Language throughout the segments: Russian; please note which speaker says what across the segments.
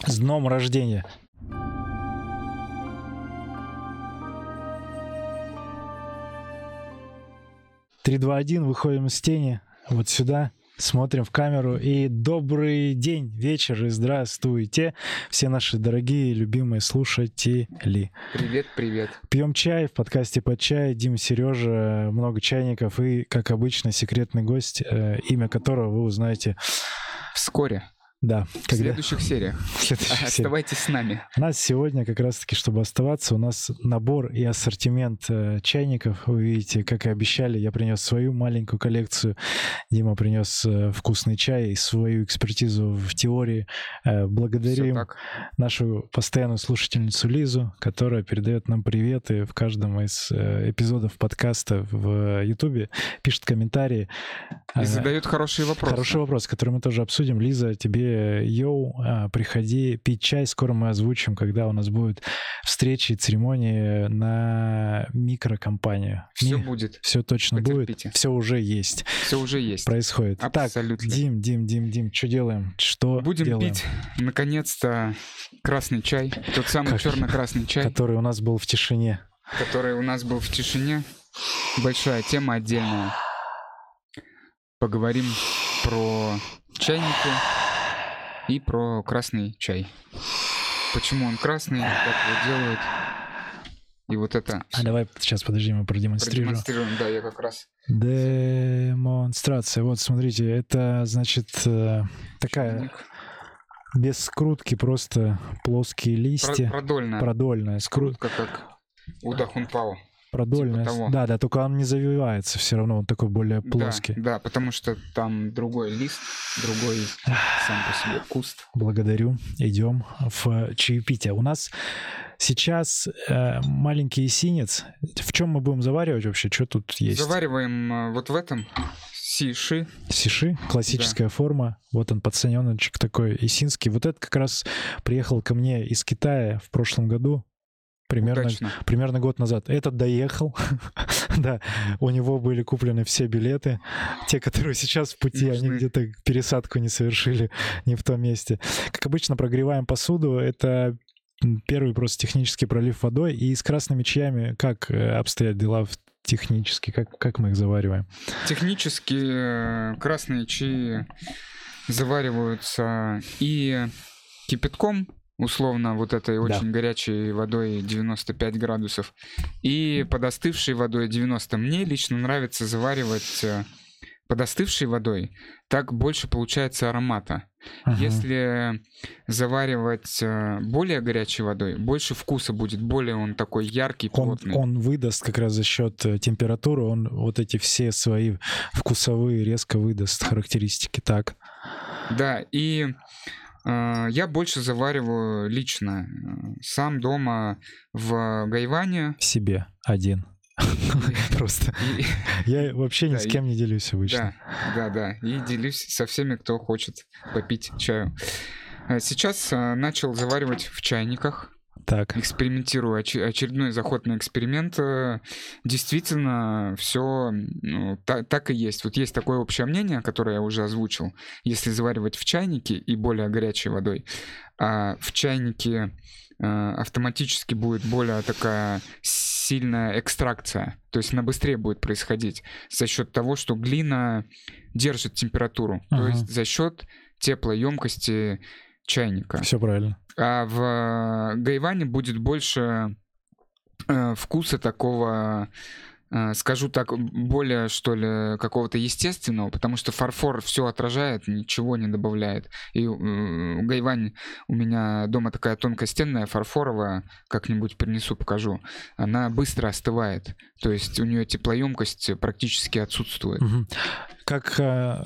Speaker 1: С днем рождения! Три, два, один, выходим из тени, вот сюда, смотрим в камеру. И добрый день, вечер и здравствуйте, все наши дорогие, любимые слушатели.
Speaker 2: Привет, привет.
Speaker 1: Пьем чай в подкасте «Под чай». Дима, Сережа, много чайников и, как обычно, секретный гость, имя которого вы узнаете
Speaker 2: вскоре.
Speaker 1: Да.
Speaker 2: В следующих сериях. Оставайтесь с нами.
Speaker 1: У нас сегодня как раз-таки, чтобы оставаться, у нас набор и ассортимент чайников. Вы видите, как и обещали, я принес свою маленькую коллекцию. Дима принес вкусный чай и свою экспертизу в теории. Благодарим нашу постоянную слушательницу Лизу, которая передает нам приветы в каждом из эпизодов подкаста в Ютубе, пишет комментарии.
Speaker 2: И задает хорошие вопросы.
Speaker 1: Хороший вопрос, который мы тоже обсудим. Лиза, тебе йоу, приходи пить чай. Скоро мы озвучим, когда у нас будут встречи и церемонии на микрокомпанию.
Speaker 2: Все будет.
Speaker 1: Все точно
Speaker 2: Потерпите.
Speaker 1: будет. Все уже есть.
Speaker 2: Все уже есть.
Speaker 1: Происходит.
Speaker 2: Абсолютно.
Speaker 1: Так, Дим, что делаем?
Speaker 2: Будем
Speaker 1: делаем?
Speaker 2: пить, наконец-то, красный чай. Тот самый черно-красный чай.
Speaker 1: Который у нас был в тишине.
Speaker 2: Большая тема отдельная. Поговорим про чайники и про красный чай. Почему он красный, как его делают. И вот это...
Speaker 1: Давай сейчас, подожди, мы продемонстрируем.
Speaker 2: Да, я как раз...
Speaker 1: Демонстрация. Вот, смотрите, это, значит, такая...
Speaker 2: Чайник.
Speaker 1: Без скрутки, просто плоские листья.
Speaker 2: Продольная.
Speaker 1: Скрутка
Speaker 2: как у Дахунпао.
Speaker 1: Продольная.
Speaker 2: Типа
Speaker 1: да, только он не завивается, все равно он такой более плоский.
Speaker 2: Да, потому что там другой лист, другой сам по себе куст.
Speaker 1: Благодарю. Идем в чаепитие. У нас сейчас маленький синец. В чем мы будем заваривать вообще? Что тут есть?
Speaker 2: Завариваем вот в этом сиши.
Speaker 1: Сиши, классическая форма. Вот он, пацанёночек такой, исинский. Вот этот как раз приехал ко мне из Китая в прошлом году. Примерно год назад. Этот доехал. Да, у него были куплены все билеты. Те, которые сейчас в пути, они где-то пересадку не совершили, не в том месте. Как обычно, прогреваем посуду. Это первый просто технический пролив водой. И с красными чаями как обстоят дела технически? Как мы их завариваем?
Speaker 2: Технически красные чаи завариваются и кипятком, условно, вот этой очень горячей водой 95 градусов, и подостывшей водой 90. Мне лично нравится заваривать подостывшей водой, так больше получается аромата. Если заваривать более горячей водой, больше вкуса будет, более он такой яркий, плотный.
Speaker 1: Он выдаст как раз за счет температуры, он вот эти все свои вкусовые резко выдаст характеристики, так?
Speaker 2: Да, и я больше завариваю лично, сам дома в гайване.
Speaker 1: Себе один. Просто. Я вообще ни с кем не делюсь обычно.
Speaker 2: Да. И делюсь со всеми, кто хочет попить чаю. Сейчас начал заваривать в чайниках.
Speaker 1: Так.
Speaker 2: Экспериментирую, очередной заход на эксперимент. Действительно, все так и есть. Вот есть такое общее мнение, которое я уже озвучил. Если заваривать в чайнике и более горячей водой, а в чайнике автоматически будет более такая сильная экстракция. То есть она быстрее будет происходить за счет того, что глина держит температуру. То есть за счет теплоемкости чайника.
Speaker 1: Все правильно.
Speaker 2: А в гайване будет больше вкуса такого, скажу так, более, что ли, какого-то естественного, потому что фарфор все отражает, ничего не добавляет. И гайвань у меня дома такая тонкостенная, фарфоровая, как-нибудь принесу, покажу. Она быстро остывает, то есть у нее теплоемкость практически отсутствует.
Speaker 1: Как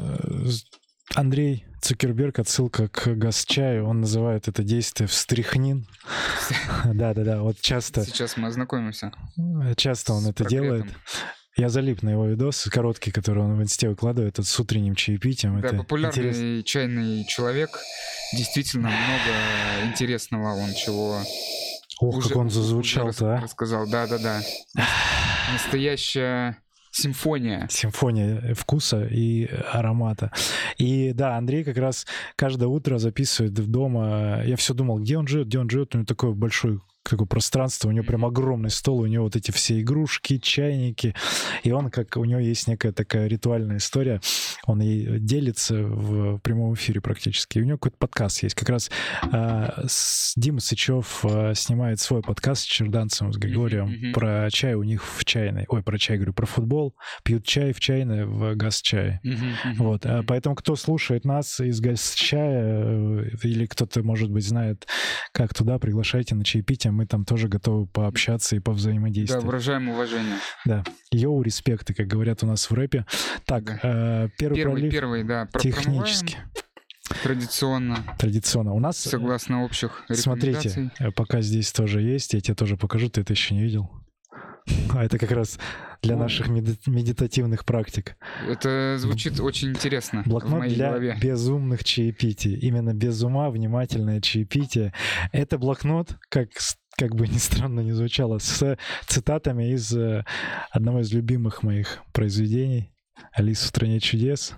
Speaker 1: Андрей Цукерберг, отсылка к газ-чаю, он называет это действие встряхнин. Да, вот часто.
Speaker 2: Сейчас мы ознакомимся.
Speaker 1: Часто он это делает. Я залип на его видос, короткий, который он в инсте выкладывает, с утренним чаепитием.
Speaker 2: Да, это популярный чайный человек. Действительно много интересного он чего...
Speaker 1: Ох, как он зазвучал-то, а?
Speaker 2: Рассказал, да. Настоящая симфония.
Speaker 1: Симфония вкуса и аромата. И да, Андрей как раз каждое утро записывает дома. Я все думал, где он живет. У него такой большой такое пространство, у него прям огромный стол, у него вот эти все игрушки, чайники, и он у него есть некая такая ритуальная история, он ей делится в прямом эфире практически, и у него какой-то подкаст есть, как раз Дима Сычев снимает свой подкаст с Черданцем, с Григорием, про чай у них в чайной, про футбол, пьют чай в чайной в газ-чае, вот, поэтому кто слушает нас из газ-чая, или кто-то, может быть, знает, как туда, приглашайте на чаепитие, мы там тоже готовы пообщаться и повзаимодействовать.
Speaker 2: Да, выражаем уважение.
Speaker 1: Да. Йоу, респекты, как говорят у нас в рэпе. Так, да. Первый,
Speaker 2: да,
Speaker 1: технически.
Speaker 2: Традиционно.
Speaker 1: У нас...
Speaker 2: Согласно общих рекомендаций.
Speaker 1: Смотрите, пока здесь тоже есть, я тебе тоже покажу, ты это еще не видел. А это как раз для наших медитативных практик.
Speaker 2: Это звучит очень интересно.
Speaker 1: Блокнот
Speaker 2: в моей
Speaker 1: для
Speaker 2: голове.
Speaker 1: Безумных чаепитий. Именно без ума, внимательное чаепитие. Это блокнот, как бы ни странно ни звучало, с цитатами из одного из любимых моих произведений «Алиса в стране чудес».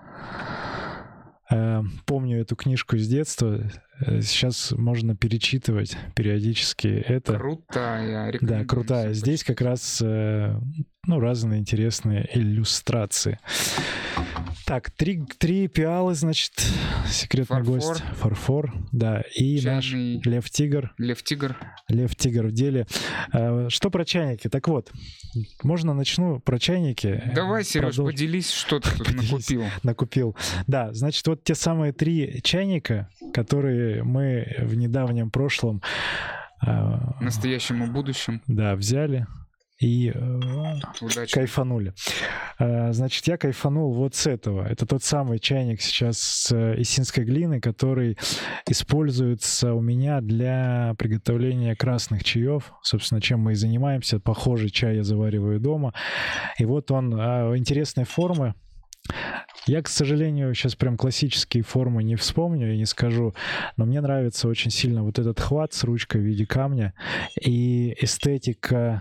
Speaker 1: Помню эту книжку с детства. Сейчас можно перечитывать периодически это.
Speaker 2: Крутая.
Speaker 1: Да, крутая. Здесь как раз разные интересные иллюстрации. Так, три пиалы, значит, секретный гость. Фарфор, да. И чайный... наш Лев-тигр. Лев-тигр в деле. Что про чайники? Так вот, можно начну про чайники.
Speaker 2: Давай, Сереж, поделись, что ты тут
Speaker 1: накупил. Да, значит, вот те самые 3 чайника, которые мы в недавнем прошлом...
Speaker 2: настоящем и будущем.
Speaker 1: Да, взяли. И кайфанули. Значит, я кайфанул вот с этого. Это тот самый чайник сейчас с исинской глины, который используется у меня для приготовления красных чаев. Собственно, чем мы и занимаемся. Похожий чай я завариваю дома. И вот он интересной формы. Я, к сожалению, сейчас прям классические формы не вспомню и не скажу, но мне нравится очень сильно вот этот хват с ручкой в виде камня и эстетика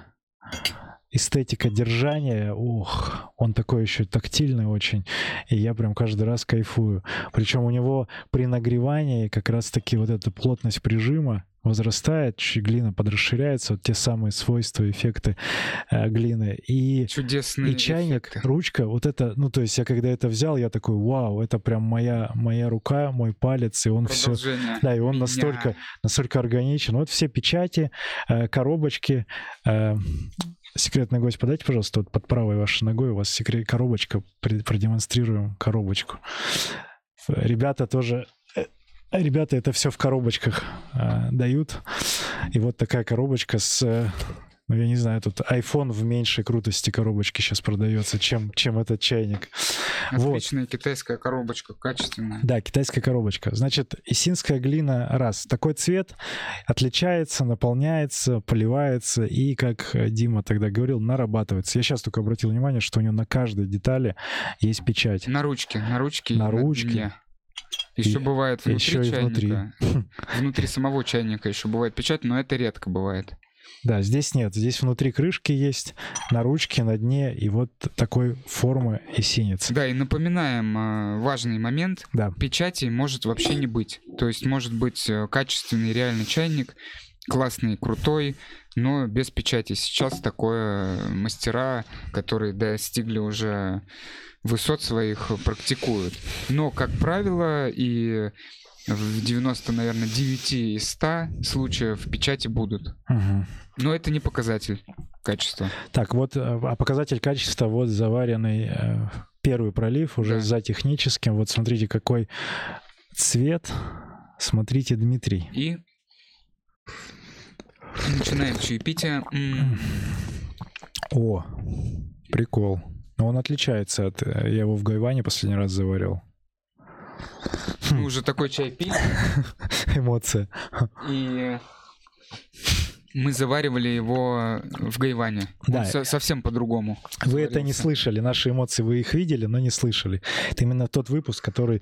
Speaker 1: держания, он такой еще тактильный очень, и я прям каждый раз кайфую. Причем у него при нагревании как раз-таки вот эта плотность прижима возрастает, глина подрасширяется, вот те самые свойства, эффекты глины. И
Speaker 2: чудесные
Speaker 1: и чайник,
Speaker 2: эффекты.
Speaker 1: Ручка, вот это, то есть я когда это взял, я такой, вау, это прям моя рука, мой палец, и он все... Да, и он настолько органичен. Вот все печати, коробочки. Секретный гость, подайте, пожалуйста, вот под правой вашей ногой у вас коробочка, продемонстрируем коробочку. Ребята это все в коробочках дают. И вот такая коробочка с... я не знаю, тут iPhone в меньшей крутости коробочки сейчас продается, чем этот чайник.
Speaker 2: Отличная китайская коробочка, качественная.
Speaker 1: Да, китайская коробочка. Значит, исинская глина, такой цвет отличается, наполняется, поливается и, как Дима тогда говорил, нарабатывается. Я сейчас только обратил внимание, что у него на каждой детали есть печать.
Speaker 2: На ручке.
Speaker 1: И
Speaker 2: еще бывает внутри
Speaker 1: еще
Speaker 2: чайника. Внутри самого чайника еще бывает печать, но это редко бывает.
Speaker 1: Да, здесь нет. Здесь внутри крышки есть, на ручке, на дне, и вот такой формы исинец.
Speaker 2: Да, и напоминаем важный момент.
Speaker 1: Да.
Speaker 2: Печати может вообще не быть. То есть может быть качественный реальный чайник, классный, крутой, но без печати. Сейчас такое мастера, которые достигли уже высот своих, практикуют. Но, как правило, и в 90, наверное, 9 из 100 случаев печати будут.
Speaker 1: Угу.
Speaker 2: Но это не показатель качества.
Speaker 1: Так, вот, показатель качества, вот заваренный первый пролив, уже за техническим. Вот смотрите, какой цвет. Смотрите, Дмитрий.
Speaker 2: И начинаем чаепитие.
Speaker 1: О, прикол. Но он отличается от... Я его в Гайване последний раз заварил.
Speaker 2: Мы уже такой чай пили.
Speaker 1: Эмоция.
Speaker 2: И мы заваривали его в Гайване.
Speaker 1: Да.
Speaker 2: Он совсем по-другому.
Speaker 1: Вы это не слышали. Наши эмоции, вы их видели, но не слышали. Это именно тот выпуск, который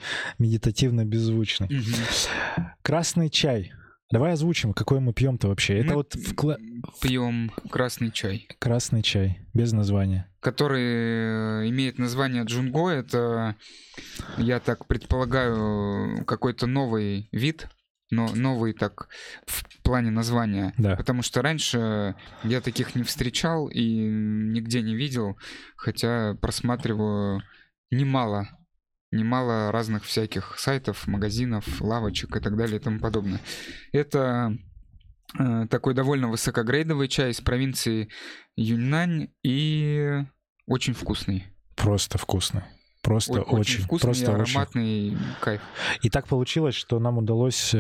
Speaker 1: медитативно-беззвучный. Красный чай. Давай озвучим, какой мы пьем-то вообще. Это вот
Speaker 2: пьем красный чай.
Speaker 1: Красный чай, без названия.
Speaker 2: Который имеет название Джунго. Это, я так предполагаю, какой-то новый вид, но новый так в плане названия.
Speaker 1: Да.
Speaker 2: Потому что раньше я таких не встречал и нигде не видел, хотя просматриваю немало разных всяких сайтов, магазинов, лавочек и так далее и тому подобное. Это такой довольно высокогрейдовый чай из провинции Юньнань и очень вкусный.
Speaker 1: Просто вкусный. Просто очень
Speaker 2: вкусный,
Speaker 1: просто
Speaker 2: и ароматный,
Speaker 1: очень...
Speaker 2: кайф.
Speaker 1: И так получилось, что нам удалось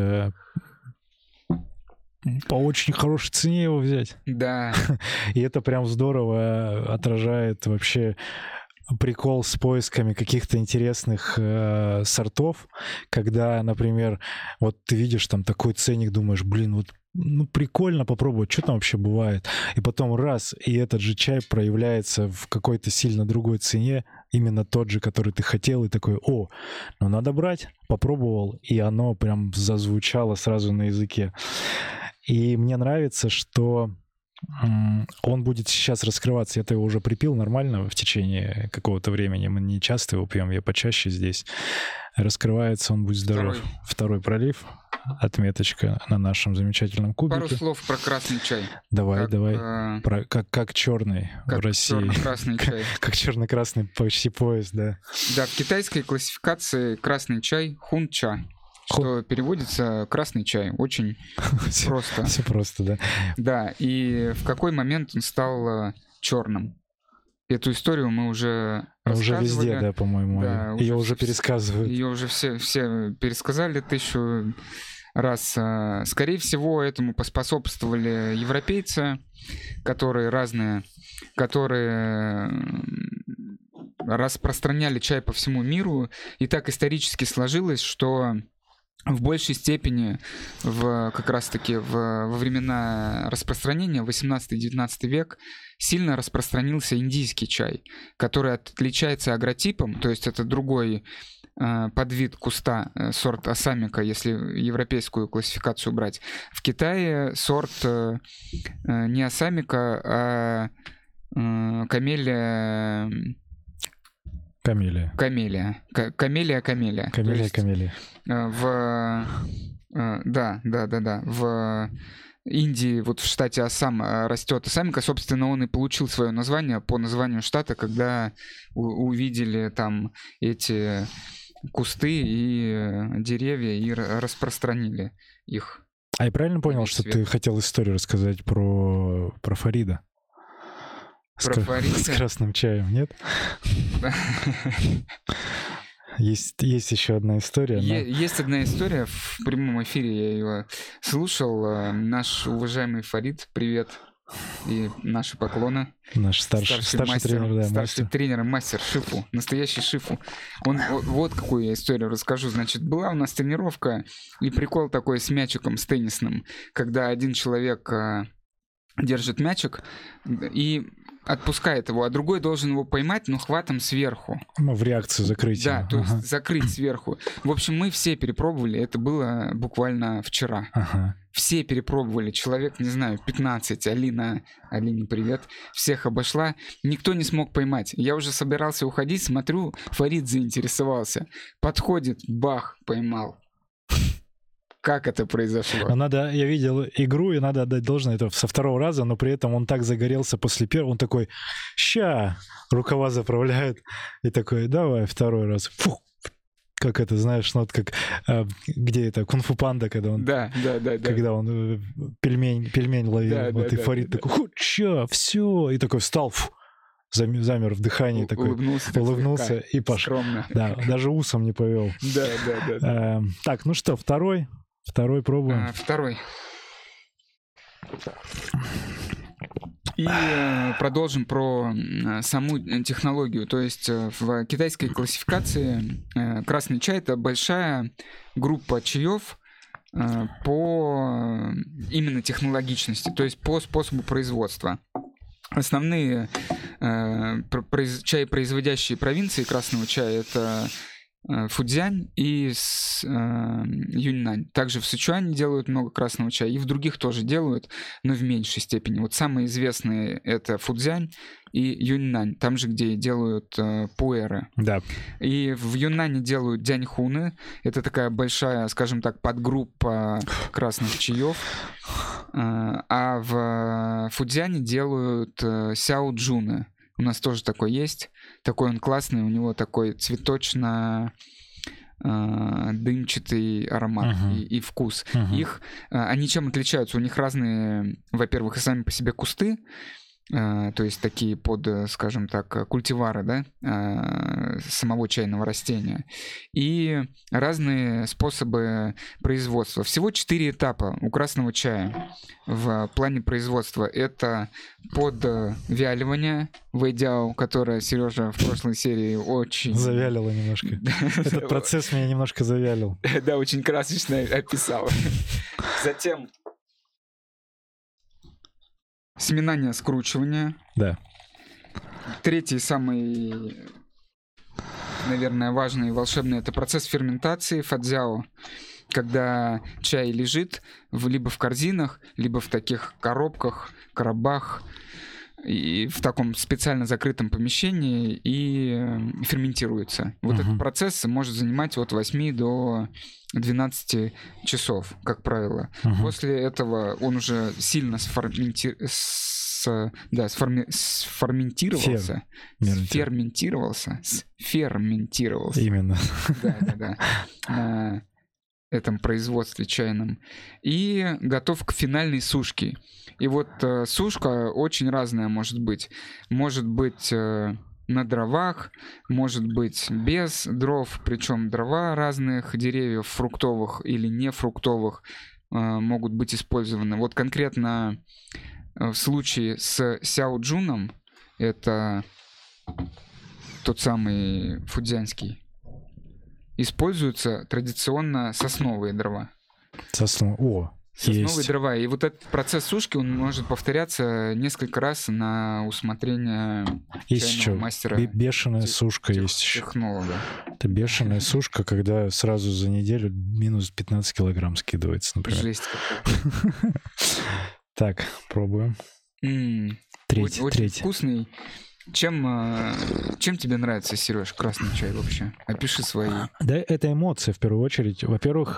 Speaker 1: по очень хорошей цене его взять.
Speaker 2: Да.
Speaker 1: И это прям здорово отражает вообще прикол с поисками каких-то интересных сортов, когда, например, вот ты видишь там такой ценник, думаешь, блин, вот ну прикольно попробовать, что там вообще бывает. И потом раз, и этот же чай проявляется в какой-то сильно другой цене, именно тот же, который ты хотел, и такой, ну надо брать, попробовал, и оно прям зазвучало сразу на языке. И мне нравится, что он будет сейчас раскрываться. Я-то его уже припил нормально в течение какого-то времени. Мы не часто его пьем, я почаще здесь. Раскрывается он, будь здоров. Второй пролив. Отметочка на нашем замечательном кубике.
Speaker 2: Пару слов про красный чай.
Speaker 1: Давай. Как черный в России.
Speaker 2: Черно-красный чай.
Speaker 1: Как черно-красный почти пояс, да.
Speaker 2: Да, в китайской классификации красный чай хунча, что переводится красный чай. Очень просто.
Speaker 1: Все просто, да.
Speaker 2: Да, и в какой момент он стал черным? Эту историю мы уже рассказывали.
Speaker 1: Уже везде, да, по-моему. Да, ее уже пересказывают.
Speaker 2: Ее уже все пересказали 1000 раз. Скорее всего, этому поспособствовали европейцы, которые распространяли чай по всему миру. И так исторически сложилось, что в большей степени как раз-таки во времена распространения, 18-19 век, сильно распространился индийский чай, который отличается агротипом, то есть это другой подвид куста, сорт асамика, если европейскую классификацию брать. В Китае сорт не асамика, а камелия. Камелия. В Индии, вот в штате Ассам растет асамика, собственно, он и получил свое название по названию штата, когда увидели там эти кусты и деревья и распространили их.
Speaker 1: А я правильно понял, что ты хотел историю рассказать про Фарида? С красным чаем, нет? Есть еще одна история.
Speaker 2: Есть одна история. В прямом эфире я ее слушал. Наш уважаемый Фарид, привет. И наши поклоны.
Speaker 1: Наш старший тренер, да,
Speaker 2: старший тренер, мастер, шифу, настоящий шифу. Вот какую я историю расскажу. Значит, была у нас тренировка, и прикол такой с мячиком, с теннисным, когда один человек держит мячик и отпускает его, а другой должен его поймать, но хватом сверху.
Speaker 1: Ну, в реакцию закрыть.
Speaker 2: Да, то есть закрыть сверху. В общем, мы все перепробовали, это было буквально вчера. Все перепробовали, человек, не знаю, 15, Алине привет, всех обошла, никто не смог поймать. Я уже собирался уходить, смотрю, Фарид заинтересовался. Подходит, бах, поймал. Как это произошло?
Speaker 1: Я видел игру, и надо отдать должное, это со второго раза, но при этом он так загорелся после первого, он такой, ща, рукава заправляет, и такой, давай, второй раз. Фух. Как это, знаешь, ну вот как, где это, Кунг-фу панда, когда он...
Speaker 2: Да.
Speaker 1: Когда он пельмень ловил, и Фарид такой, ща, все, и такой встал, замер в дыхании, такой улыбнулся и пошел. Да, даже усом не повел.
Speaker 2: Да.
Speaker 1: Так, ну что, второй пробуем.
Speaker 2: Второй. И продолжим про саму технологию. То есть в китайской классификации красный чай — это большая группа чаев по именно технологичности, то есть по способу производства. Основные чай, производящие провинции красного чая — это Фудзянь и Юньнань. Также в Сычуане делают много красного чая, и в других тоже делают, но в меньшей степени. Вот самые известные — это Фудзянь и Юньнань, там же, где делают пуэры.
Speaker 1: Да.
Speaker 2: И в Юньнане делают дяньхуны. Это такая большая, скажем так, подгруппа красных чаев. А в Фудзяне делают сяоджуны. У нас тоже такой есть. Такой он классный, у него такой цветочно-дымчатый аромат и вкус. Они чем отличаются? У них разные, во-первых, и сами по себе кусты, то есть такие скажем так, культивары, да, самого чайного растения, и разные способы производства. Всего 4 этапа у красного чая в плане производства. Это подвяливание, вэйдяо, которое Сережа в прошлой серии очень...
Speaker 1: Завялило немножко. Этот процесс меня немножко завялил.
Speaker 2: Да, очень красочно описал. Затем сминание, скручивание.
Speaker 1: Да.
Speaker 2: Третий, самый, наверное, важный и волшебный — это процесс ферментации, фадзяо, когда чай лежит либо в корзинах, либо в таких коробах, и в таком специально закрытом помещении и ферментируется. Вот этот процесс может занимать от 8 до 12 часов, как правило. После этого он уже сильно сферментировался.
Speaker 1: Именно.
Speaker 2: Да. На этом производстве чайном. И готов к финальной сушке. И вот сушка очень разная может быть. Может быть на дровах, может быть без дров, причем дрова разных деревьев, фруктовых или нефруктовых, могут быть использованы. Вот конкретно в случае с сяоджуном, это тот самый фудзянский, используются традиционно сосновые дрова. Сосновые дрова. И вот этот процесс сушки, он может повторяться несколько раз на усмотрение чайного мастера.
Speaker 1: Бешеная сушка есть еще.
Speaker 2: Технолога.
Speaker 1: Это бешеная сушка, когда сразу за неделю минус 15 килограмм скидывается, например.
Speaker 2: Жесть какая.
Speaker 1: Так, пробуем. Третий.
Speaker 2: Очень вкусный. Чем тебе нравится, Сереж, красный чай вообще? Опиши свои.
Speaker 1: Да, это эмоции в первую очередь. Во-первых,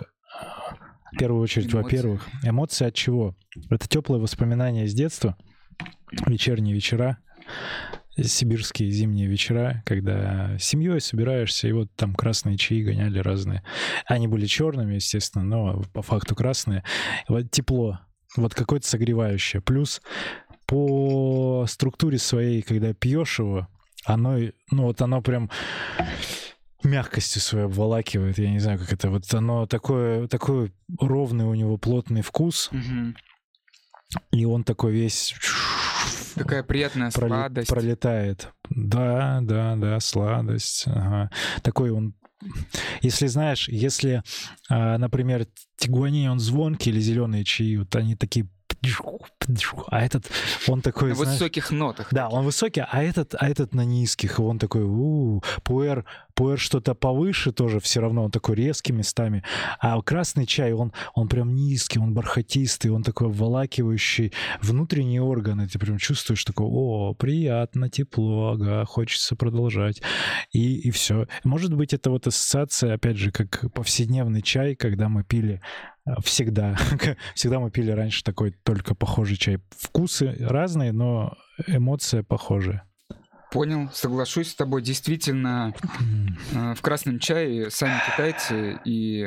Speaker 1: эмоции от чего? Это теплые воспоминания с детства, вечерние вечера, сибирские зимние вечера, когда с семьей собираешься, и вот там красные чаи гоняли разные. Они были черными, естественно, но по факту красные. Вот тепло, вот какое-то согревающее. Плюс по структуре своей, когда пьешь его, оно прям мягкостью своей обволакивает, я не знаю, как это, вот оно такой ровный у него плотный вкус, и он такой весь...
Speaker 2: Такая приятная сладость.
Speaker 1: Пролетает. Да, сладость. Ага. Такой он... Если, например, тигуани, он звонкий, или зеленые чаи, вот они такие... А этот, он такой,
Speaker 2: на высоких нотах.
Speaker 1: Да, он высокий, а этот на низких. И он такой, пуэр что-то повыше тоже, все равно он такой резкий местами. А красный чай, он прям низкий, он бархатистый, он такой обволакивающий внутренние органы. Ты прям чувствуешь такой, приятно, тепло, ага, хочется продолжать. И все. Может быть, это вот ассоциация, опять же, как повседневный чай, когда мы пили всегда мы пили раньше такой только похожий чай. Вкусы разные, но эмоция похожая.
Speaker 2: Понял, соглашусь с тобой. Действительно, в красном чае сами китайцы и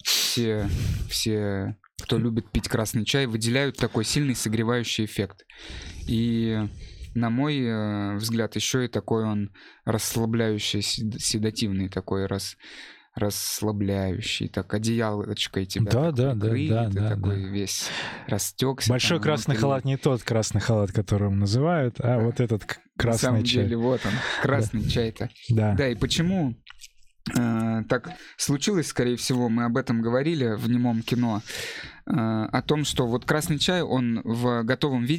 Speaker 2: все, кто любит пить красный чай, выделяют такой сильный согревающий эффект. И, на мой взгляд, еще и такой он расслабляющий, седативный такой расслабляющий, так одеялочкой тебя накрыли, ты такой весь растекся.
Speaker 1: Большой красный халат не тот красный халат, которым называют, а вот этот красный чай. На самом
Speaker 2: деле, вот он, красный чай-то. Да, и почему так случилось, скорее всего, мы об этом говорили в немом кино, о том, что вот красный чай, он в готовом виде,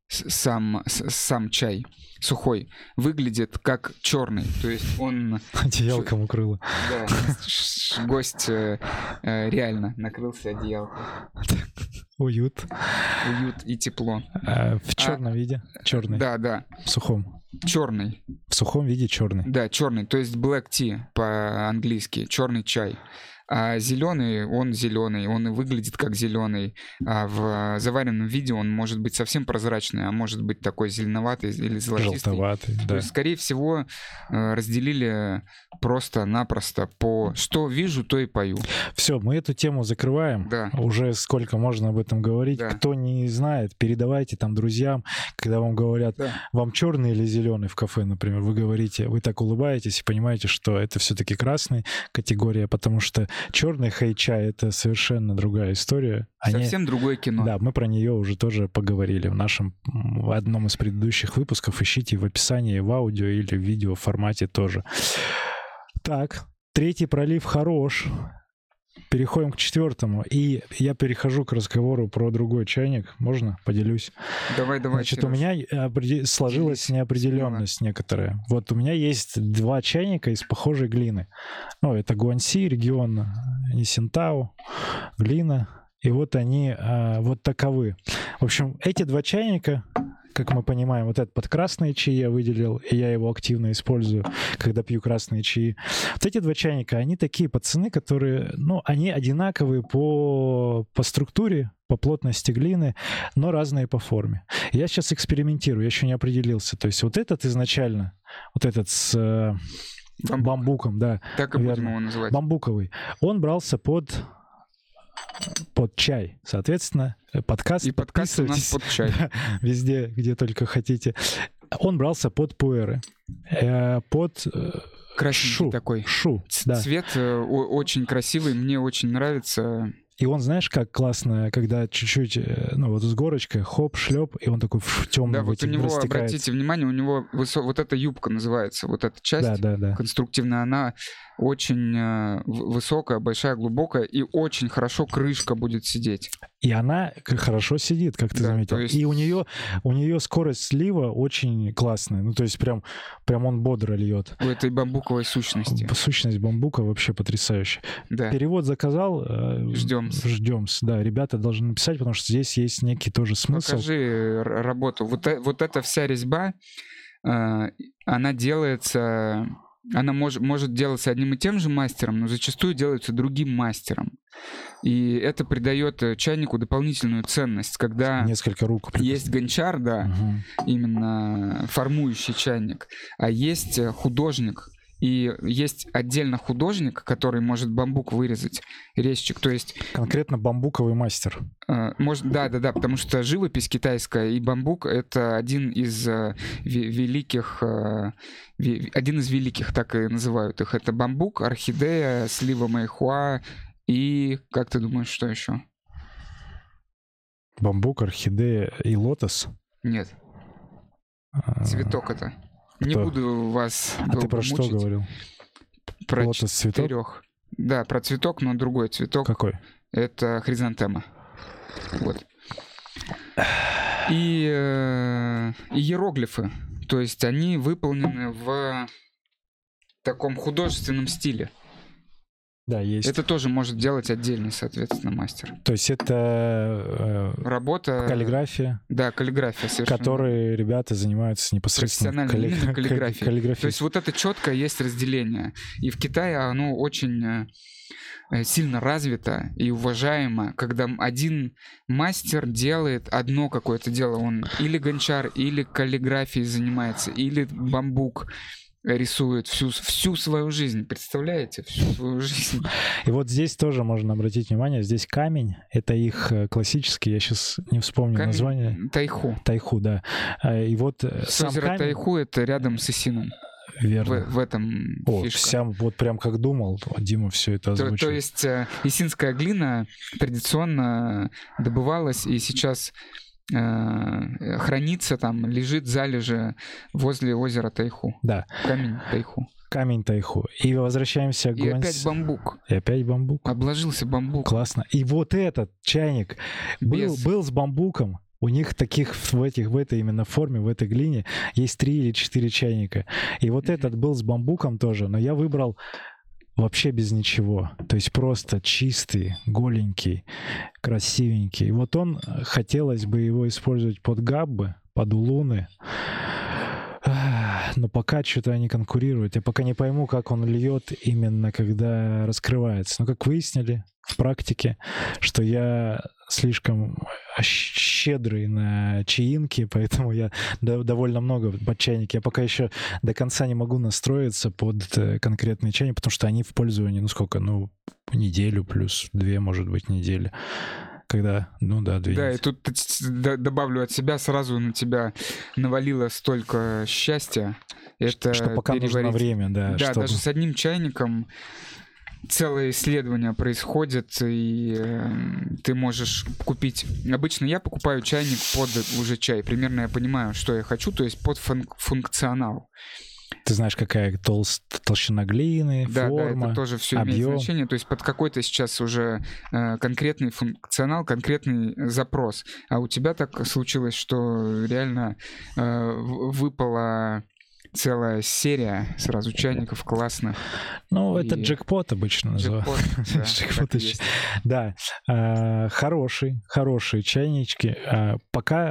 Speaker 2: сам чай сухой выглядит как черный, то есть он...
Speaker 1: Одеялком укрыло.
Speaker 2: Да, гость реально накрылся одеялком.
Speaker 1: Уют.
Speaker 2: Уют и тепло.
Speaker 1: В черном виде? Черный?
Speaker 2: Да.
Speaker 1: В сухом?
Speaker 2: Черный.
Speaker 1: В сухом виде черный?
Speaker 2: Да, черный, то есть black tea по-английски, черный чай. А зеленый, он и выглядит как зеленый. А в заваренном виде он может быть совсем прозрачный, а может быть такой зеленоватый или золотистый.
Speaker 1: Желтоватый, да.
Speaker 2: То есть, скорее всего, разделили просто-напросто по «что вижу, то и пою».
Speaker 1: Все, мы эту тему закрываем.
Speaker 2: Да.
Speaker 1: Уже сколько можно об этом говорить.
Speaker 2: Да.
Speaker 1: Кто не знает, передавайте там друзьям, когда вам говорят, вам черный или зеленый в кафе, например, вы говорите, вы так улыбаетесь и понимаете, что это все-таки красный категория, потому что черный хэй-чай — это совершенно другая история.
Speaker 2: Совсем другое кино.
Speaker 1: Да, мы про нее уже тоже поговорили в одном из предыдущих выпусков. Ищите в описании в аудио или в видео формате тоже. Так, третий пролив хорош. Переходим к четвертому. И я перехожу к разговору про другой чайник. Можно? Поделюсь.
Speaker 2: Давай.
Speaker 1: Значит, у меня сложилась неопределенность некоторая. Вот у меня есть два чайника из похожей глины. Ну, это Гуанси, регион Нисинтау, глина. И вот они вот таковы. В общем, эти два чайника, как мы понимаем, вот этот под красные чаи я выделил, и я его активно использую, когда пью красные чаи. Вот эти два чайника, они такие пацаны, которые, они одинаковые по структуре, по плотности глины, но разные по форме. Я сейчас экспериментирую, я еще не определился. То есть вот этот изначально, вот этот с бамбуком, да.
Speaker 2: Так и будем его называть.
Speaker 1: Бамбуковый. Он брался под чай. Соответственно, подкаст
Speaker 2: и подкаст у нас под чай.
Speaker 1: Везде, где только хотите. Он брался под пуэры. Под
Speaker 2: красненький такой.
Speaker 1: Да.
Speaker 2: Цвет очень красивый, мне очень нравится.
Speaker 1: И он, знаешь, как классно, когда чуть-чуть, вот с горочкой, хоп, шлеп, и он такой темный.
Speaker 2: Да, вот у него, обратите внимание, у него вот эта юбка называется, вот эта часть конструктивная, она очень высокая, большая, глубокая, и очень хорошо крышка будет сидеть.
Speaker 1: И она хорошо сидит, как ты заметил. И у нее скорость слива очень классная. Ну, то есть прям он бодро льет.
Speaker 2: У этой бамбуковой сущности.
Speaker 1: Сущность бамбука вообще потрясающая.
Speaker 2: Да.
Speaker 1: Перевод заказал.
Speaker 2: Ждем.
Speaker 1: Да, ребята должны написать, потому что здесь есть некий тоже смысл.
Speaker 2: Покажи работу. Вот эта вся резьба, она делается... Она может делаться одним и тем же мастером, но зачастую делается другим мастером. И это придает чайнику дополнительную ценность, когда
Speaker 1: несколько рук
Speaker 2: есть гончар, именно формующий чайник, а есть художник. И есть отдельно художник, который может бамбук вырезать, резчик, то есть...
Speaker 1: Конкретно бамбуковый мастер.
Speaker 2: Да, потому что живопись китайская и бамбук — это один из великих, так и называют их. Это бамбук, орхидея, слива мэйхуа и, как ты думаешь, что еще?
Speaker 1: Бамбук, орхидея и лотос?
Speaker 2: Нет. Цветок это. Не буду вас долго
Speaker 1: ты про
Speaker 2: мучить.
Speaker 1: Что говорил?
Speaker 2: Про
Speaker 1: лотос цветок?
Speaker 2: Да, про цветок, но другой цветок.
Speaker 1: Какой?
Speaker 2: Это хризантема. Вот. И иероглифы. То есть они выполнены в таком художественном стиле.
Speaker 1: Да, есть.
Speaker 2: Это тоже может делать отдельный, соответственно, мастер.
Speaker 1: То есть это
Speaker 2: работа...
Speaker 1: Каллиграфия.
Speaker 2: Да, каллиграфия совершенно.
Speaker 1: Которой ребята занимаются непосредственно
Speaker 2: профессиональной каллиграфией. То есть вот это четкое есть разделение. И в Китае оно очень сильно развито и уважаемо, когда один мастер делает одно какое-то дело. Он или гончар, или каллиграфией занимается, или бамбук рисует всю свою жизнь. Представляете? Всю свою жизнь.
Speaker 1: И вот здесь тоже можно обратить внимание, здесь камень, это их классический, я сейчас не вспомню камень название.
Speaker 2: Тайху.
Speaker 1: Тайху, да. И вот сам
Speaker 2: озеро
Speaker 1: камень...
Speaker 2: Тайху — это рядом с Исином.
Speaker 1: Верно.
Speaker 2: В этом фишка.
Speaker 1: Вот прям как думал, Дима все это озвучил.
Speaker 2: То есть исинская глина традиционно добывалась и сейчас хранится там, лежит залежи возле озера Тайху.
Speaker 1: Да.
Speaker 2: Камень Тайху.
Speaker 1: Камень Тайху. И возвращаемся к
Speaker 2: И опять бамбук.
Speaker 1: И опять бамбук.
Speaker 2: Обложился бамбук.
Speaker 1: Классно. И вот этот чайник был с бамбуком. У них таких в этой именно форме, в этой глине есть 3 или 4 чайника. И вот этот был с бамбуком тоже, но я выбрал вообще без ничего. То есть просто чистый, голенький, красивенький. И вот он, хотелось бы его использовать под габбы, под улуны. Но пока что-то они конкурируют. Я пока не пойму, как он льет именно когда раскрывается. Но как выяснили в практике, что я слишком щедрый на чаинки, поэтому я довольно много под чайники. Я пока еще до конца не могу настроиться под конкретные чайники, потому что они в пользовании, неделю плюс 2, может быть, недели. Когда, 2 недели.
Speaker 2: Да, и тут добавлю от себя, сразу на тебя навалило столько счастья. Это
Speaker 1: что пока нужно время, да.
Speaker 2: Да, чтобы... даже с одним чайником целое исследование происходит, и ты можешь купить... Обычно я покупаю чайник под уже чай. Примерно я понимаю, что я хочу, то есть под функционал.
Speaker 1: Ты знаешь, какая толщина глины, форма,
Speaker 2: да, это тоже все
Speaker 1: объем.
Speaker 2: Имеет значение. То есть под какой-то сейчас уже конкретный функционал, конкретный запрос. А у тебя так случилось, что реально выпала целая серия сразу чайников классных.
Speaker 1: Это джекпот обычно называют. Джекпот, да. Хорошие чайнички. Пока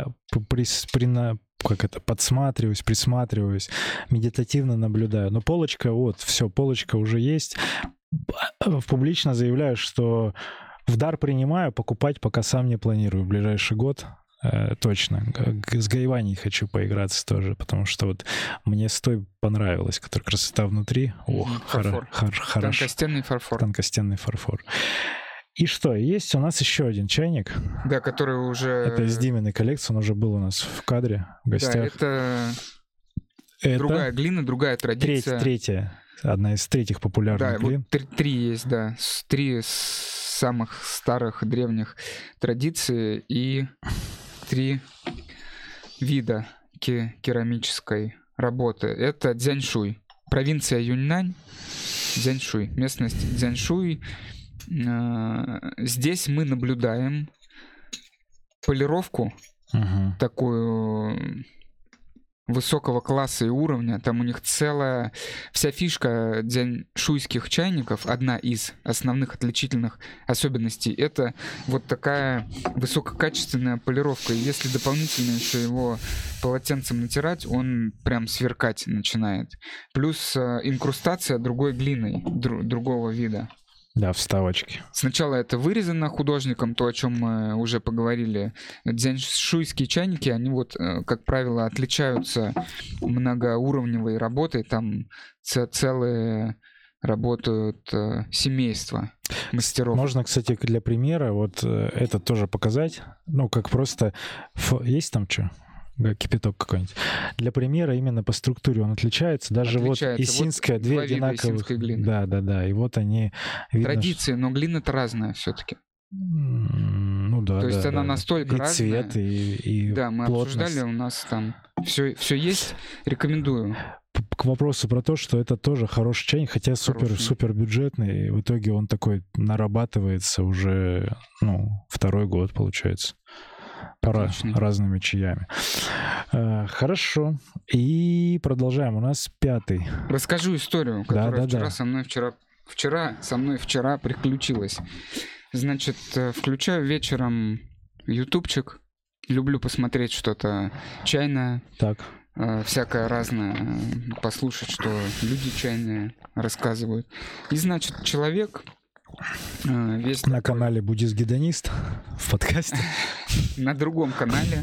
Speaker 1: присматриваюсь, медитативно наблюдаю. Но полочка, полочка уже есть. Публично заявляю, что в дар принимаю, покупать пока сам не планирую в ближайший год. Точно. С Гайваней хочу поиграться тоже, потому что мне с той понравилось, которая красота внутри.
Speaker 2: Фарфор. Тонкостенный фарфор.
Speaker 1: Тонкостенный фарфор. И что, есть у нас еще один чайник.
Speaker 2: Да, который уже...
Speaker 1: Это из Диминой коллекции, он уже был у нас в кадре, в гостях.
Speaker 2: Да, это другая глина, другая традиция.
Speaker 1: Третья. Одна из третьих популярных глин.
Speaker 2: Вот 3 есть, да. 3 самых старых древних традиций и 3 вида керамической работы. Это Цзяньшуй, провинция Юньнань, Цзяньшуй, местность Цзяньшуй. Здесь мы наблюдаем полировку такую высокого класса и уровня. Там у них вся фишка дзяньшуйских чайников, одна из основных отличительных особенностей, это вот такая высококачественная полировка. И если дополнительно еще его полотенцем натирать, он прям сверкать начинает. Плюс инкрустация другой глиной, другого вида.
Speaker 1: Да, вставочки.
Speaker 2: Сначала это вырезано художником, то, о чем мы уже поговорили. Дзяньшуйские чайники, они как правило, отличаются многоуровневой работой. Там целые работают семейства мастеров.
Speaker 1: Можно, кстати, для примера это тоже показать. Как просто... Есть там что? Кипяток какой-нибудь. Для примера именно по структуре он отличается. Даже исинская, 2 одинаковых. Да. И они...
Speaker 2: Традиции, но глина-то разная все-таки.
Speaker 1: Да.
Speaker 2: То есть она настолько разная.
Speaker 1: И цвет, и
Speaker 2: да, мы
Speaker 1: плотность.
Speaker 2: обсуждали, у нас там все есть. Рекомендую.
Speaker 1: К вопросу про то, что это тоже хороший чайник, хотя супер бюджетный. И в итоге он такой нарабатывается уже 2-й год, получается. Разными чаями. Хорошо. И продолжаем. У нас 5-й.
Speaker 2: Расскажу историю, которая вчера со мной приключилась. Значит, включаю вечером ютубчик. Люблю посмотреть что-то чайное.
Speaker 1: Так.
Speaker 2: Всякое разное. Послушать, что люди чайные рассказывают. И, значит, человек...
Speaker 1: На канале «Буддист-гедонист» в подкасте.
Speaker 2: На другом канале.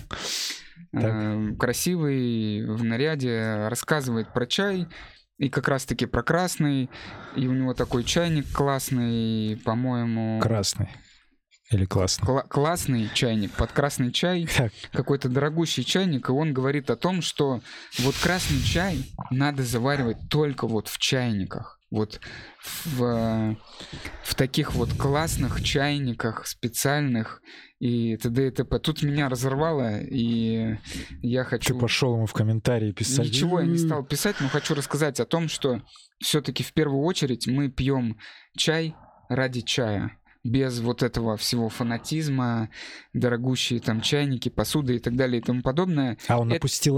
Speaker 2: Красивый, в наряде, рассказывает про чай. И как раз-таки про красный. И у него такой чайник классный, по-моему...
Speaker 1: Красный. Или классный?
Speaker 2: Классный чайник, под красный чай. Какой-то дорогущий чайник. И он говорит о том, что красный чай надо заваривать только в чайниках. В таких классных чайниках специальных и т.д. и т.п. Тут меня разорвало, и я хочу...
Speaker 1: Ты пошел ему в комментарии писать?
Speaker 2: Ничего я не стал писать, но хочу рассказать о том, что все-таки в первую очередь мы пьем чай ради чая. без вот этого всего фанатизма, дорогущие там чайники, посуда и так далее и тому подобное.
Speaker 1: А он допустил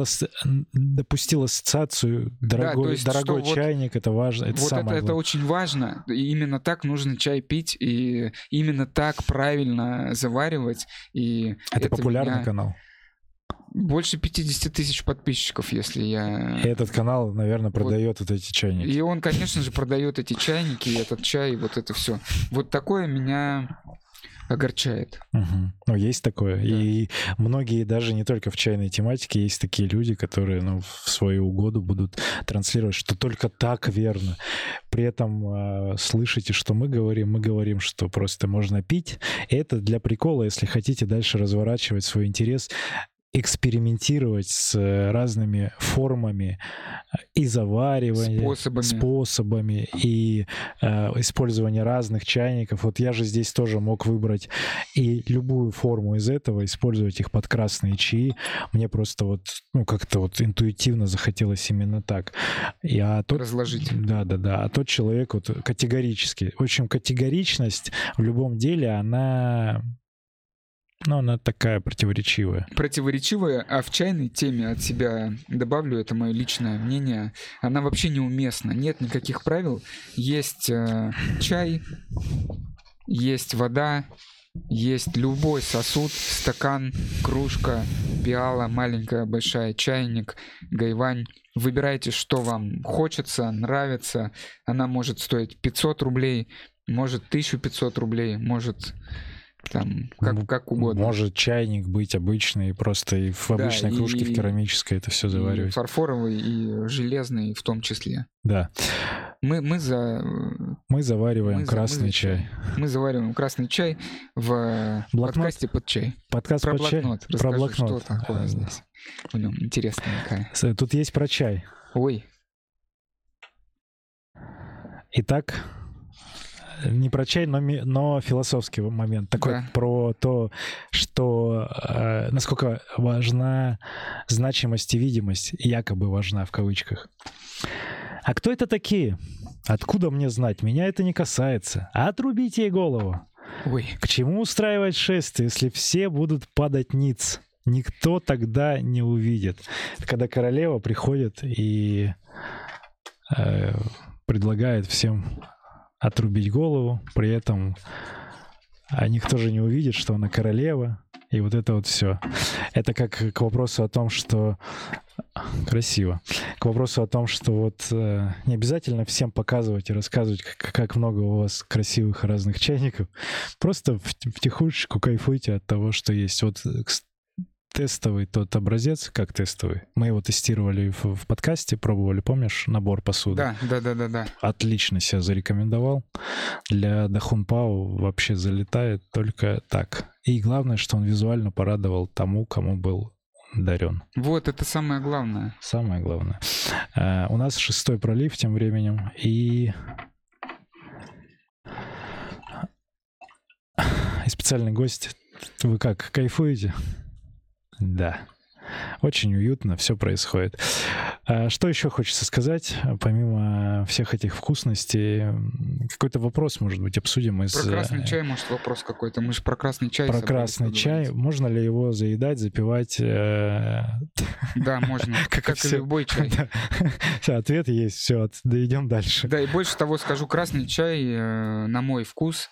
Speaker 1: ассоциацию, дорогой чайник, это важно, это самое главное.
Speaker 2: Это очень важно, и именно так нужно чай пить, и именно так правильно заваривать. И
Speaker 1: это популярный канал.
Speaker 2: Больше 50 тысяч подписчиков, если я...
Speaker 1: И этот канал, наверное, продает вот эти чайники.
Speaker 2: И он, конечно же, продает эти чайники, этот чай, вот это все. Вот такое меня огорчает.
Speaker 1: Угу. Ну, есть такое. Да. И многие, даже не только в чайной тематике, есть такие люди, которые, ну, в свою угоду будут транслировать, что только так верно. При этом слышите, что мы говорим, что просто можно пить. И это для прикола, если хотите дальше разворачивать свой интерес, экспериментировать с разными формами и заваривания, способами и использования разных чайников. Вот я же здесь тоже мог выбрать и любую форму из этого, использовать их под красные чаи. Мне просто вот, ну, как-то вот интуитивно захотелось именно так.
Speaker 2: Разложить.
Speaker 1: Да. А тот человек вот категорически. В общем, категоричность в любом деле, она такая противоречивая.
Speaker 2: Противоречивая, а в чайной теме от себя добавлю, это мое личное мнение, она вообще неуместна. Нет никаких правил. Есть чай, есть вода, есть любой сосуд, стакан, кружка, пиала, маленькая, большая, чайник, гайвань. Выбирайте, что вам хочется, нравится. Она может стоить 500 рублей, может 1500 рублей, может... Там, как угодно.
Speaker 1: Может чайник быть обычный, просто и в обычной кружке, в керамической это все заваривать.
Speaker 2: И фарфоровый, и железный в том числе.
Speaker 1: Да.
Speaker 2: Мы
Speaker 1: завариваем красный чай.
Speaker 2: Мы завариваем красный чай в подкасте «Под чай».
Speaker 1: Подкаст
Speaker 2: про
Speaker 1: «Под
Speaker 2: блокнот.
Speaker 1: чай». Про блокнот.
Speaker 2: Что такое здесь? В нем интересная какая.
Speaker 1: Тут есть про чай.
Speaker 2: Ой.
Speaker 1: Итак... Не про чай, но философский момент. Такой про то, что насколько важна значимость и видимость, якобы важна в кавычках. А кто это такие? Откуда мне знать? Меня это не касается. Отрубите ей голову.
Speaker 2: Ой.
Speaker 1: К чему устраивать шествие, если все будут падать ниц? Никто тогда не увидит. Когда королева приходит и предлагает всем отрубить голову, при этом никто же не увидит, что она королева, и вот это вот все. Это как к вопросу о том, что... Красиво. К вопросу о том, что вот не обязательно всем показывать и рассказывать, как много у вас красивых разных чайников. Просто втихушечку кайфуйте от того, что есть. Вот тестовый тот образец, как тестовый. Мы его тестировали в подкасте, пробовали, помнишь, набор посуды?
Speaker 2: Да.
Speaker 1: Отлично себя зарекомендовал. Для Дахунпао вообще залетает только так. И главное, что он визуально порадовал тому, кому был дарен.
Speaker 2: Вот, это самое главное.
Speaker 1: Самое главное. У нас 6-й пролив тем временем, и специальный гость. Вы как, кайфуете? Да. Очень уютно все происходит. Что еще хочется сказать, помимо всех этих вкусностей? Какой-то вопрос, может быть, обсудим из...
Speaker 2: Про красный чай, может, вопрос какой-то. Мы же про красный чай.
Speaker 1: Про красный чай. Можно ли его заедать, запивать?
Speaker 2: Да, можно. Как и любой чай.
Speaker 1: Все, ответ есть. Все, да, идем дальше.
Speaker 2: Да, и больше того скажу, красный чай, на мой вкус,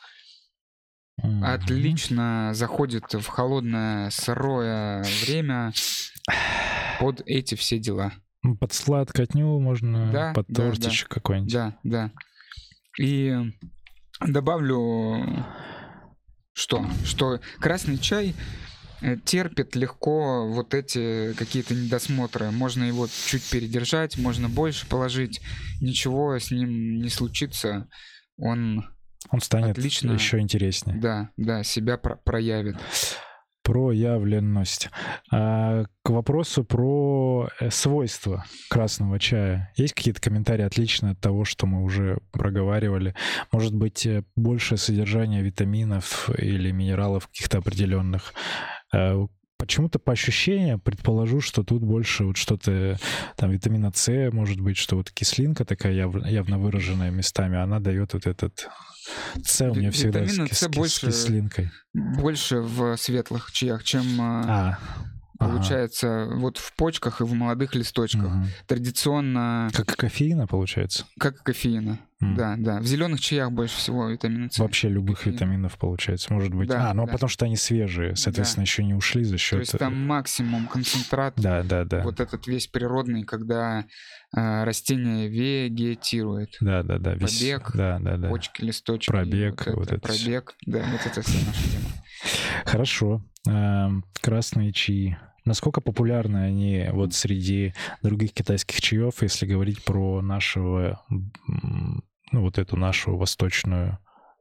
Speaker 2: отлично заходит в холодное, сырое время под эти все дела.
Speaker 1: Под сладкотню можно, под тортичек какой-нибудь.
Speaker 2: Да. И добавлю, что красный чай терпит легко вот эти какие-то недосмотры. Можно его чуть передержать, можно больше положить. Ничего с ним не случится. Он
Speaker 1: станет
Speaker 2: отлично,
Speaker 1: еще интереснее.
Speaker 2: Да, себя проявит.
Speaker 1: Проявленность. К вопросу про свойства красного чая. Есть какие-то комментарии отличные от того, что мы уже проговаривали? Может быть, большее содержание витаминов или минералов каких-то определенных? Почему-то по ощущениям предположу, что тут больше вот что-то, там, витамина С, может быть, что вот кислинка такая явно выраженная местами, она дает вот этот С у меня всегда
Speaker 2: витамина С
Speaker 1: с кислинкой.
Speaker 2: Больше в светлых чаях, чем получается вот в почках и в молодых листочках. Традиционно...
Speaker 1: Как и кофеина, получается?
Speaker 2: Как и кофеина, да. В зеленых чаях больше всего витамина С.
Speaker 1: Вообще любых витаминов, получается, может быть. Потому что они свежие, соответственно, еще не ушли за счет...
Speaker 2: То есть там максимум концентрат, вот этот весь природный, когда растение вегетирует. Побег, почки, листочки.
Speaker 1: Пробег.
Speaker 2: Пробег, вот это вся наша тема.
Speaker 1: Хорошо. Красные чаи. Насколько популярны они вот среди других китайских чаев, если говорить про нашего, вот эту нашу восточную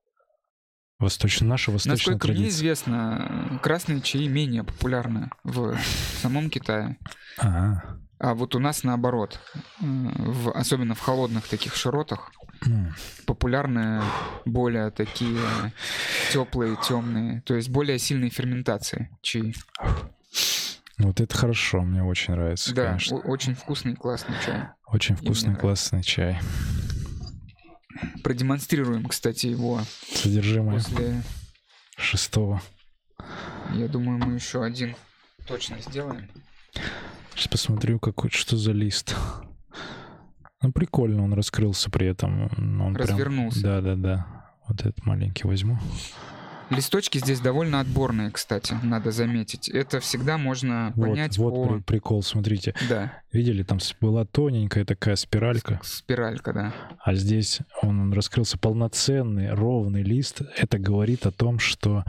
Speaker 1: нашу восточную
Speaker 2: Насколько
Speaker 1: традицию?
Speaker 2: мне известно, красные чаи менее популярны в самом Китае. А вот у нас наоборот, особенно в холодных таких широтах, популярны более такие теплые, темные, то есть более сильные ферментации чаи.
Speaker 1: Вот это хорошо, мне очень нравится,
Speaker 2: да,
Speaker 1: конечно.
Speaker 2: Очень вкусный, классный чай.
Speaker 1: Очень вкусный, классный чай.
Speaker 2: Продемонстрируем, кстати, его
Speaker 1: содержимое
Speaker 2: после
Speaker 1: 6-го.
Speaker 2: Я думаю, мы еще один точно сделаем.
Speaker 1: Сейчас посмотрю, что за лист. Прикольно он раскрылся при этом. Он
Speaker 2: развернулся.
Speaker 1: Да. Вот этот маленький возьму.
Speaker 2: Листочки здесь довольно отборные, кстати, надо заметить. Это всегда можно понять
Speaker 1: Вот прикол, смотрите.
Speaker 2: Да.
Speaker 1: Видели, там была тоненькая такая спиралька.
Speaker 2: Спиралька, да.
Speaker 1: А здесь он раскрылся полноценный, ровный лист. Это говорит о том, что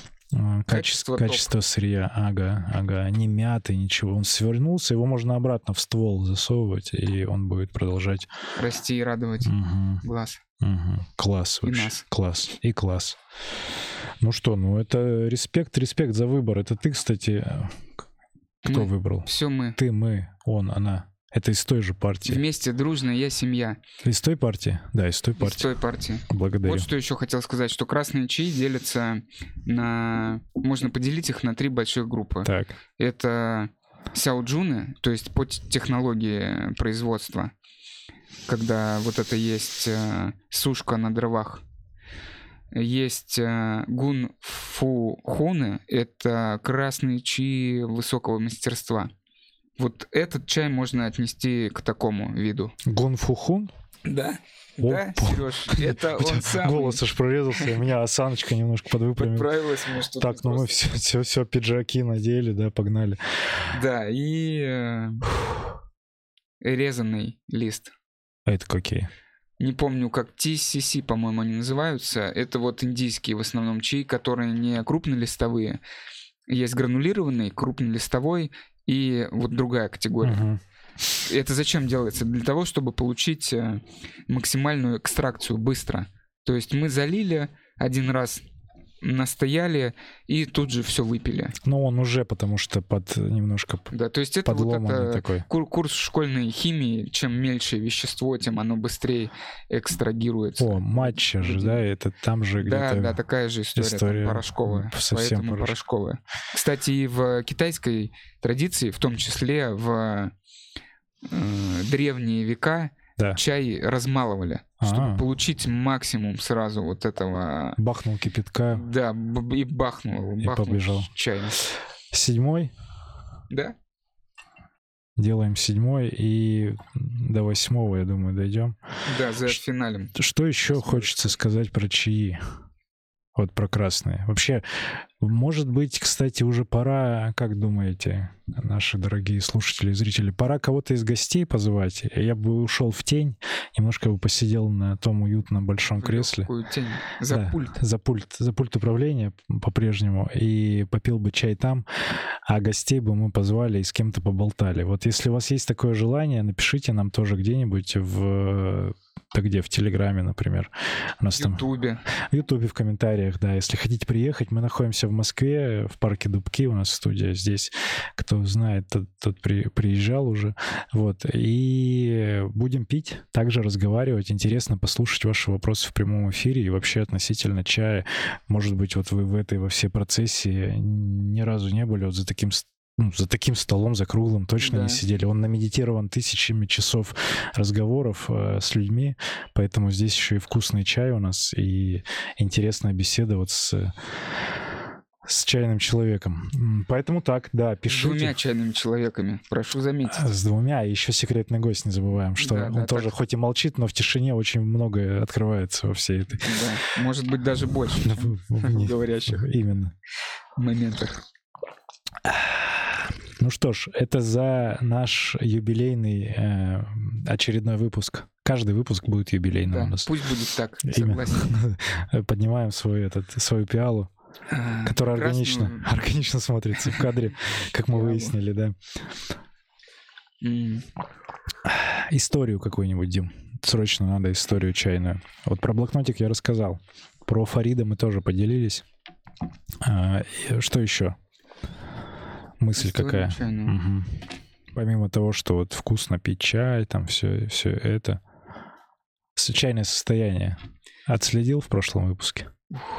Speaker 1: качество сырья, не мятый, ничего. Он свернулся, его можно обратно в ствол засовывать, и он будет продолжать
Speaker 2: расти и радовать глаз.
Speaker 1: Класс вообще.
Speaker 2: И нас.
Speaker 1: Класс. Ну что, это респект за выбор. Это ты, кстати, кто выбрал?
Speaker 2: Все мы.
Speaker 1: Ты, мы, он, она. Это из той же партии.
Speaker 2: Вместе, дружно, я семья.
Speaker 1: Из той партии? Да, из той партии.
Speaker 2: Из той партии.
Speaker 1: Благодарю.
Speaker 2: Вот что еще хотел сказать, что красные чаи делятся на... Можно поделить их на 3 больших группы.
Speaker 1: Так.
Speaker 2: Это сяоджуны, то есть по технологии производства, когда вот это есть сушка на дровах. Есть гунфухуны, это красные чаи высокого мастерства. Вот этот чай можно отнести к такому виду.
Speaker 1: Гунфухун?
Speaker 2: Да. Да, Сереж, это он самый.
Speaker 1: Голос аж прорезался, у меня осаночка немножко подвыпрямилась.
Speaker 2: Подправилась мне что-то.
Speaker 1: Так, мы все пиджаки надели, да, погнали.
Speaker 2: Да, и резанный лист.
Speaker 1: Это какие?
Speaker 2: Не помню, как TCC, по-моему, они называются. Это вот индийские в основном чаи, которые не крупнолистовые. Есть гранулированный, крупнолистовой и вот другая категория. Это зачем делается? Для того, чтобы получить максимальную экстракцию быстро. То есть мы залили один раз, настояли и тут же все выпили.
Speaker 1: Но он уже, потому что немножко
Speaker 2: да, то есть это вот это
Speaker 1: такой.
Speaker 2: Курс школьной химии. Чем мельче вещество, тем оно быстрее экстрагируется.
Speaker 1: матча же, да? Это там же где-то...
Speaker 2: Да, такая же история там порошковая.
Speaker 1: Совсем
Speaker 2: поэтому порошковая. Кстати, и в китайской традиции, в том числе в древние века, чай размалывали, чтобы получить максимум сразу вот этого...
Speaker 1: Бахнул кипятка.
Speaker 2: Да, и бахнул
Speaker 1: побежал.
Speaker 2: Чай.
Speaker 1: 7-й?
Speaker 2: Да.
Speaker 1: Делаем 7-й и до 8-го, я думаю, дойдем.
Speaker 2: Да, за финалем.
Speaker 1: Что еще хочется сказать про чаи? Вот про красные. Вообще, может быть, кстати, уже пора, как думаете, наши дорогие слушатели и зрители, пора кого-то из гостей позывать? Я бы ушел в тень, немножко бы посидел на том уютном большом кресле.
Speaker 2: Какую тень? За пульт.
Speaker 1: За пульт управления по-прежнему. И попил бы чай там, а гостей бы мы позвали и с кем-то поболтали. Вот если у вас есть такое желание, напишите нам тоже где-нибудь в Телеграме, например. У нас
Speaker 2: в Ютубе.
Speaker 1: В Ютубе, в комментариях, да. Если хотите приехать, мы находимся в Москве, в парке Дубки, у нас студия здесь. Кто знает, тот приезжал уже. Вот. И будем пить, также разговаривать. Интересно послушать ваши вопросы в прямом эфире и вообще относительно чая. Может быть, вот вы во всей процессе ни разу не были вот за таким за таким столом, за круглым точно не сидели. Он намедитирован тысячами часов разговоров с людьми, поэтому здесь еще и вкусный чай у нас, и интересная беседа вот с чайным человеком. Поэтому так, да, пишите.
Speaker 2: С 2 чайными человеками, прошу заметить.
Speaker 1: С 2, и еще секретный гость, не забываем, что он тоже хоть и молчит, но в тишине очень многое открывается во всей этой...
Speaker 2: Да, может быть, даже больше, чем в говорящих моментах.
Speaker 1: Ну что ж, это за наш юбилейный очередной выпуск. Каждый выпуск будет юбилейным у нас.
Speaker 2: Пусть будет так, согласен.
Speaker 1: Поднимаем свою пиалу, которая органично смотрится в кадре, как мы выяснили, да. Историю какую-нибудь, Дим. Срочно надо историю чайную. Вот про блокнотик я рассказал. Про Фарида мы тоже поделились. Что еще? Мысль какая? Угу. Помимо того, что вот вкусно пить чай, там все это. Чайное состояние отследил в прошлом выпуске?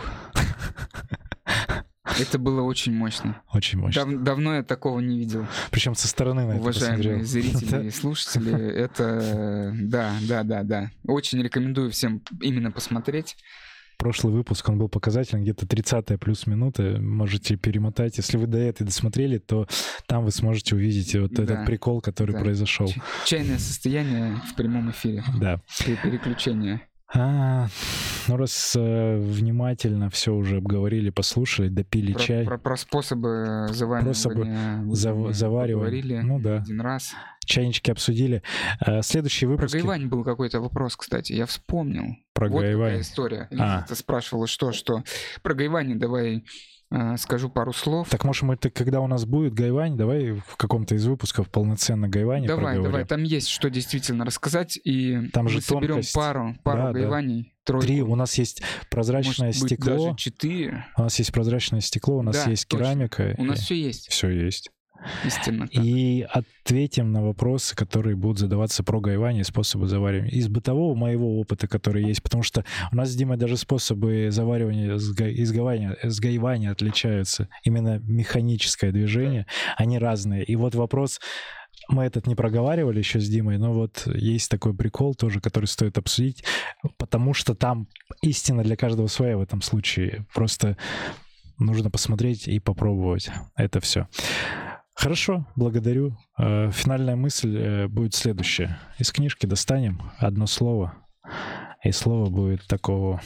Speaker 2: Это было очень мощно.
Speaker 1: Очень мощно.
Speaker 2: Давно я такого не видел.
Speaker 1: Причем со стороны на это посмотрел.
Speaker 2: Уважаемые зрители и слушатели, это... Да. Очень рекомендую всем именно посмотреть.
Speaker 1: Прошлый выпуск, он был показательный, где-то 30-я плюс минуты. Можете перемотать. Если вы до этой досмотрели, то там вы сможете увидеть вот этот прикол, который произошел.
Speaker 2: Чайное состояние в прямом эфире.
Speaker 1: Да.
Speaker 2: Переключение.
Speaker 1: Ну, раз внимательно все уже обговорили, послушали, допили чай.
Speaker 2: Про способы
Speaker 1: заваривания. Ну да.
Speaker 2: Один раз.
Speaker 1: Чайнички обсудили. Следующий выпуск.
Speaker 2: Про Гайвань был какой-то вопрос, кстати, я вспомнил.
Speaker 1: Про
Speaker 2: вот
Speaker 1: Гайвань.
Speaker 2: Какая история. Ты спрашивала, что. Про Гайвань давай скажу пару слов.
Speaker 1: Так, может, когда у нас будет Гайвань, давай в каком-то из выпусков полноценно Гайвань проговорим.
Speaker 2: Давай, там есть что действительно рассказать, и
Speaker 1: там
Speaker 2: мы
Speaker 1: же
Speaker 2: соберем пару Гайваней.
Speaker 1: 3. У нас есть прозрачное стекло.
Speaker 2: Может быть, даже 4.
Speaker 1: У нас есть прозрачное стекло, у нас есть керамика.
Speaker 2: У нас все есть.
Speaker 1: Все есть.
Speaker 2: Истинно так.
Speaker 1: И ответим на вопросы, которые будут задаваться про Гайвань и способы заваривания. Из бытового моего опыта, который есть, потому что у нас с Димой даже способы заваривания с Гайвани отличаются. Именно механическое движение, они разные. И вот вопрос... Мы этот не проговаривали еще с Димой, но вот есть такой прикол тоже, который стоит обсудить, потому что там истина для каждого своя в этом случае. Просто нужно посмотреть и попробовать. Это все. Хорошо, благодарю. Финальная мысль будет следующая. Из книжки достанем одно слово, и слово будет такого...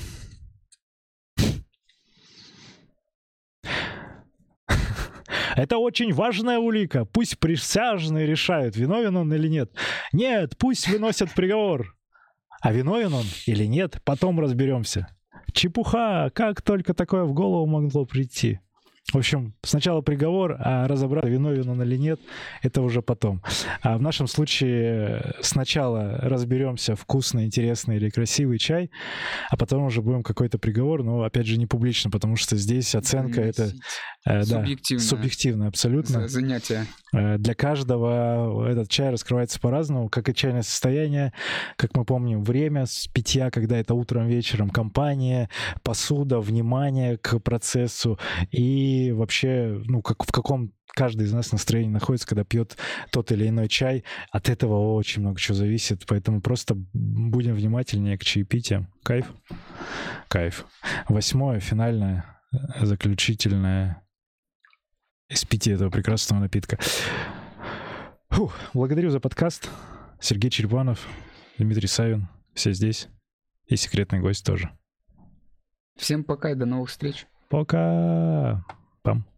Speaker 1: Это очень важная улика. Пусть присяжные решают, виновен он или нет. Нет, пусть выносят приговор. А виновен он или нет, потом разберемся. Чепуха, как только такое в голову могло прийти. В общем, сначала приговор, а разобраться, виновен он или нет, это уже потом. А в нашем случае сначала разберемся, вкусный, интересный или красивый чай, а потом уже будем какой-то приговор, но, опять же, не публично, потому что здесь оценка это... Субъективно, абсолютно.
Speaker 2: Занятие.
Speaker 1: Для каждого этот чай раскрывается по-разному, как и чайное состояние, как мы помним, время с питья, когда это утром, вечером, компания, посуда, внимание к процессу и вообще, в каком каждый из нас настроении находится, когда пьет тот или иной чай. От этого очень много чего зависит, поэтому просто будем внимательнее к чаепитиям. Кайф? Кайф. 8-е, финальное, заключительное испитие этого прекрасного напитка. Благодарю за подкаст. Сергей Черепанов, Дмитрий Савин, все здесь. И секретный гость тоже.
Speaker 2: Всем пока и до новых встреч.
Speaker 1: Пока. Пам.